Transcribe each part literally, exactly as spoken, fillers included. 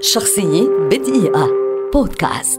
شخصية بدقيقة بودكاست.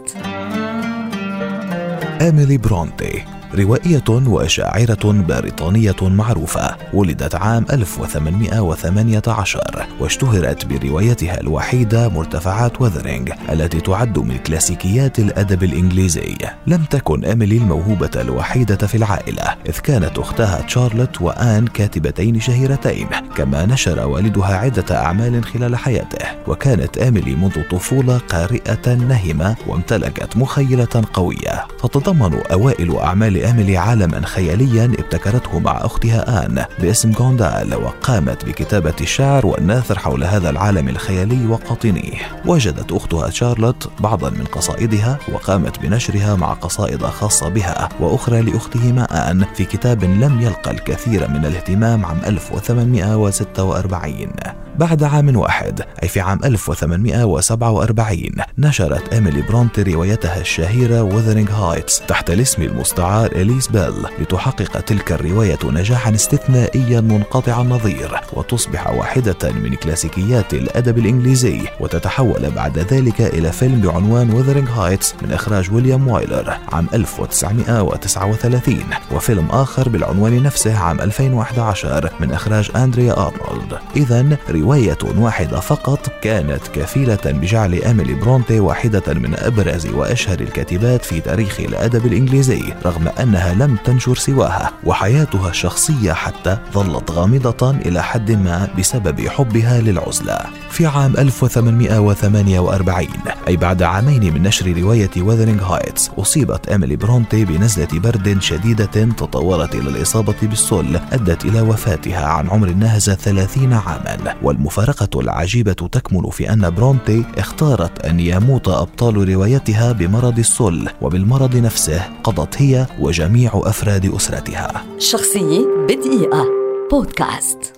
إيميلي برونتي روائية وشاعرة بريطانية معروفة، ولدت عام ألف وثمانمائة وثمانية عشر واشتهرت بروايتها الوحيدة مرتفعات وذرينغ التي تعد من كلاسيكيات الأدب الإنجليزي. لم تكن إيميلي الموهوبة الوحيدة في العائلة، إذ كانت أختها تشارلوت وآن كاتبتين شهيرتين، كما نشر والدها عدة أعمال خلال حياته. وكانت إيميلي منذ الطفولة قارئة نهمة وامتلكت مخيلة قوية. تتضمن أوائل أعمال إيميلي عالما خياليا ابتكرته مع أختها آن باسم غوندال، وقامت بكتابة الشعر والنثر حول هذا العالم الخيالي وقاطنيه. وجدت أختها شارلوت بعضا من قصائدها وقامت بنشرها مع قصائد خاصة بها وأخرى لأختهما آن في كتاب لم يلقى الكثير من الاهتمام عام ألف وثمانمائة وستة وأربعين. بعد عام واحد، أي في عام ألف وثمانمائة وسبعة وأربعين، نشرت إيميلي برونتي روايتها الشهيرة وذرينغ هايتس تحت الاسم المستعار إليس بيل، لتحقق تلك الرواية نجاحا استثنائيا منقطع النظير وتصبح واحدة من كلاسيكيات الأدب الإنجليزي، وتتحول بعد ذلك إلى فيلم بعنوان وذرينغ هايتس من إخراج ويليام وايلر عام ألف وتسعمائة وتسعة وثلاثين، وفيلم آخر بالعنوان نفسه عام ألفين وأحد عشر من إخراج أندريا أرنولد. إذن رواية واحدة فقط كانت كفيلة بجعل إيميلي برونتي واحدة من أبرز وأشهر الكاتبات في تاريخ الأدب الإنجليزي، رغم أنها لم تنشر سواها، وحياتها الشخصية حتى ظلت غامضة إلى حد ما بسبب حبها للعزلة. في عام ألف وثمانمائة وثمانية وأربعين، أي بعد عامين من نشر رواية وذرينغ هايتس، أصيبت إيميلي برونتي بنزلة برد شديدة تطورت إلى الإصابة بالسل أدت إلى وفاتها عن عمر ناهز ثلاثين عاما. والمفارقة العجيبة تكمن في أن برونتي اختارت أن يموت أبطال روايتها بمرض السل، وبالمرض نفسه قضت هي وجميع أفراد أسرتها. شخصية بدقيقة بودكاست.